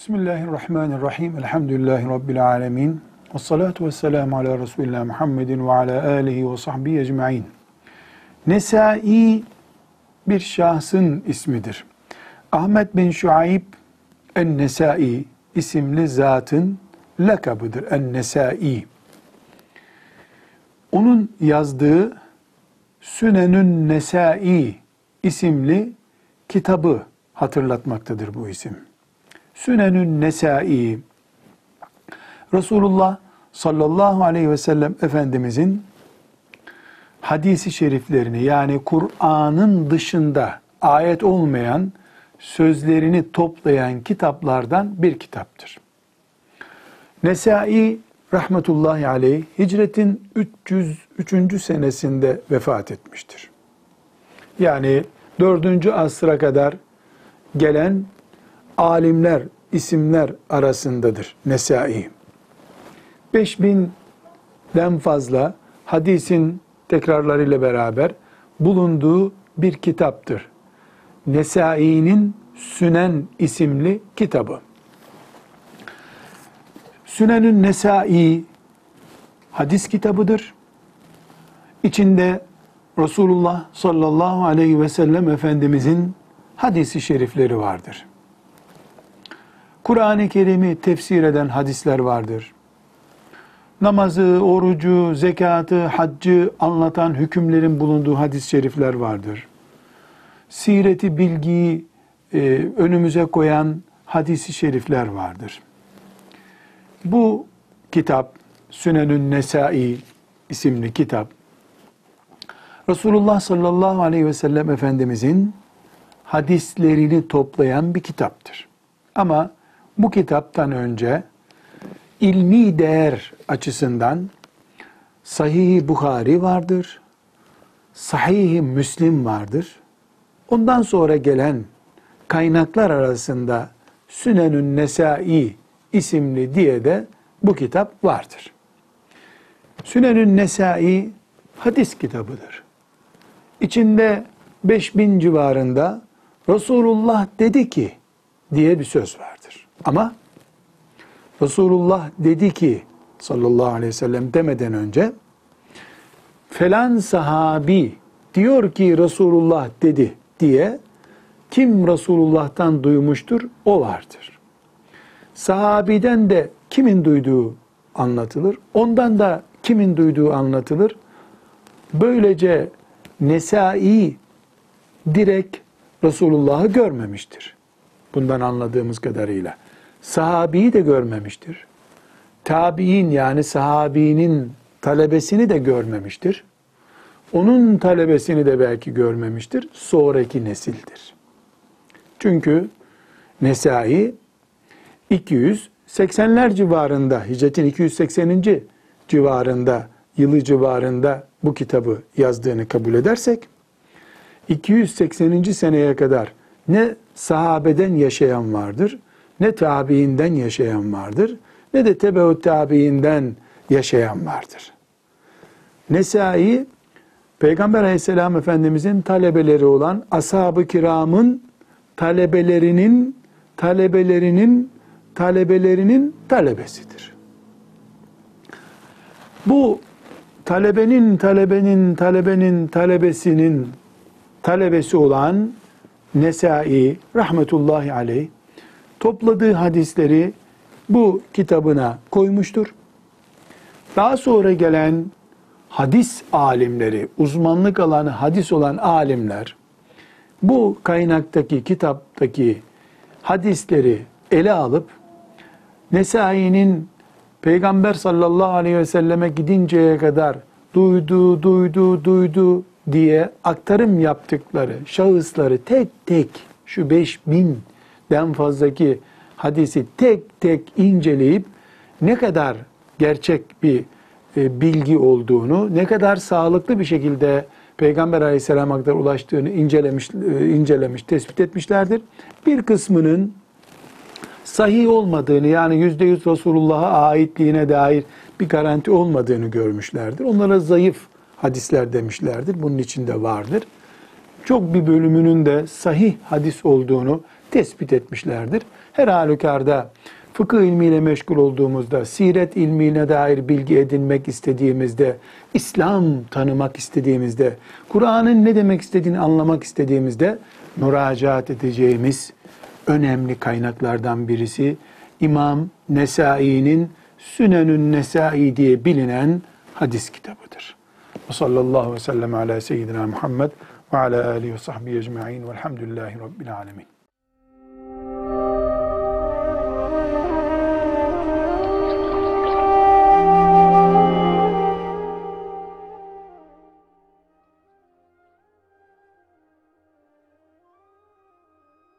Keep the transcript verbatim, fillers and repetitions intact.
Bismillahirrahmanirrahim. Elhamdülillahi Rabbil alemin. Vessalatu vesselamu ala Resulillah Muhammedin ve ala alihi ve sahbihi ecma'in. Nesai bir şahsın ismidir. Ahmet bin Şuayb en-Nesai isimli zatın lakabıdır. En-Nesai. Onun yazdığı Sünenün Nesai isimli kitabı hatırlatmaktadır bu isim. Sünenün Nesai, Resulullah sallallahu aleyhi ve sellem Efendimizin hadisi şeriflerini, yani Kur'an'ın dışında ayet olmayan sözlerini toplayan kitaplardan bir kitaptır. Nesai rahmetullahi aleyh hicretin üç yüz üçüncü senesinde vefat etmiştir. Yani dördüncü asra kadar gelen alimler, isimler arasındadır Nesai. beş binden fazla hadisin tekrarlarıyla beraber bulunduğu bir kitaptır. Nesai'nin Sünen isimli kitabı. Sünenün Nesai hadis kitabıdır. İçinde Resulullah sallallahu aleyhi ve sellem Efendimizin hadisi şerifleri vardır. Kur'an-ı Kerim'i tefsir eden hadisler vardır. Namazı, orucu, zekatı, haccı anlatan hükümlerin bulunduğu hadis-i şerifler vardır. Sireti, bilgiyi e, önümüze koyan hadis-i şerifler vardır. Bu kitap, Sünenün Nesai isimli kitap, Resulullah sallallahu aleyhi ve sellem Efendimizin hadislerini toplayan bir kitaptır. Ama bu kitaptan önce ilmi değer açısından Sahih-i Buhari vardır, Sahih-i Müslim vardır. Ondan sonra gelen kaynaklar arasında Sünenün Nesai isimli diye de bu kitap vardır. Sünenün Nesai hadis kitabıdır. İçinde beş bin civarında Resulullah dedi ki diye bir söz vardır. Ama Resulullah dedi ki sallallahu aleyhi ve sellem demeden önce falan sahabi diyor ki Resulullah dedi diye kim Resulullah'tan duymuştur o vardır. Sahabiden de kimin duyduğu anlatılır. Ondan da kimin duyduğu anlatılır. Böylece Nesai direkt Resulullah'ı görmemiştir. Bundan anladığımız kadarıyla. Sahabiyi de görmemiştir. Tabi'in, yani sahabinin talebesini de görmemiştir. Onun talebesini de belki görmemiştir. Sonraki nesildir. Çünkü Nesai iki yüz seksenler civarında, hicretin iki yüz sekseninci civarında, yılı civarında bu kitabı yazdığını kabul edersek, iki yüz sekseninci seneye kadar ne sahabeden yaşayan vardır, ne tabiinden yaşayan vardır, ne de tebeut tabiinden yaşayan vardır. Nesai, Peygamber aleyhisselam Efendimizin talebeleri olan ashab-ı kiramın talebelerinin, talebelerinin, talebelerinin talebesidir. Bu talebenin, talebenin, talebenin, talebesinin talebesi olan Nesai rahmetullahi aleyh topladığı hadisleri bu kitabına koymuştur. Daha sonra gelen hadis alimleri, uzmanlık alanı hadis olan alimler bu kaynaktaki, kitaptaki hadisleri ele alıp Nesai'nin Peygamber sallallahu aleyhi ve selleme gidinceye kadar duydu, duydu, duydu diye aktarım yaptıkları şahısları tek tek, şu beş binden fazlaki hadisi tek tek inceleyip ne kadar gerçek bir e, bilgi olduğunu, ne kadar sağlıklı bir şekilde Peygamber aleyhisselama kadar ulaştığını incelemiş, e, incelemiş, tespit etmişlerdir. Bir kısmının sahih olmadığını, yani yüzde yüz Resulullah'a aitliğine dair bir garanti olmadığını görmüşlerdir. Onlara zayıf hadisler demişlerdir. Bunun içinde vardır. Çok bir bölümünün de sahih hadis olduğunu tespit etmişlerdir. Her halükarda fıkıh ilmiyle meşgul olduğumuzda, siret ilmine dair bilgi edinmek istediğimizde, İslam tanımak istediğimizde, Kur'an'ın ne demek istediğini anlamak istediğimizde müracaat edeceğimiz önemli kaynaklardan birisi İmam Nesai'nin Sünenün Nesai diye bilinen hadis kitabıdır. Ve sallallahu aleyhi ve sellem ala seyyidina Muhammed ve ala alihi ve sahbihi ecma'in velhamdülillahi rabbil alemin.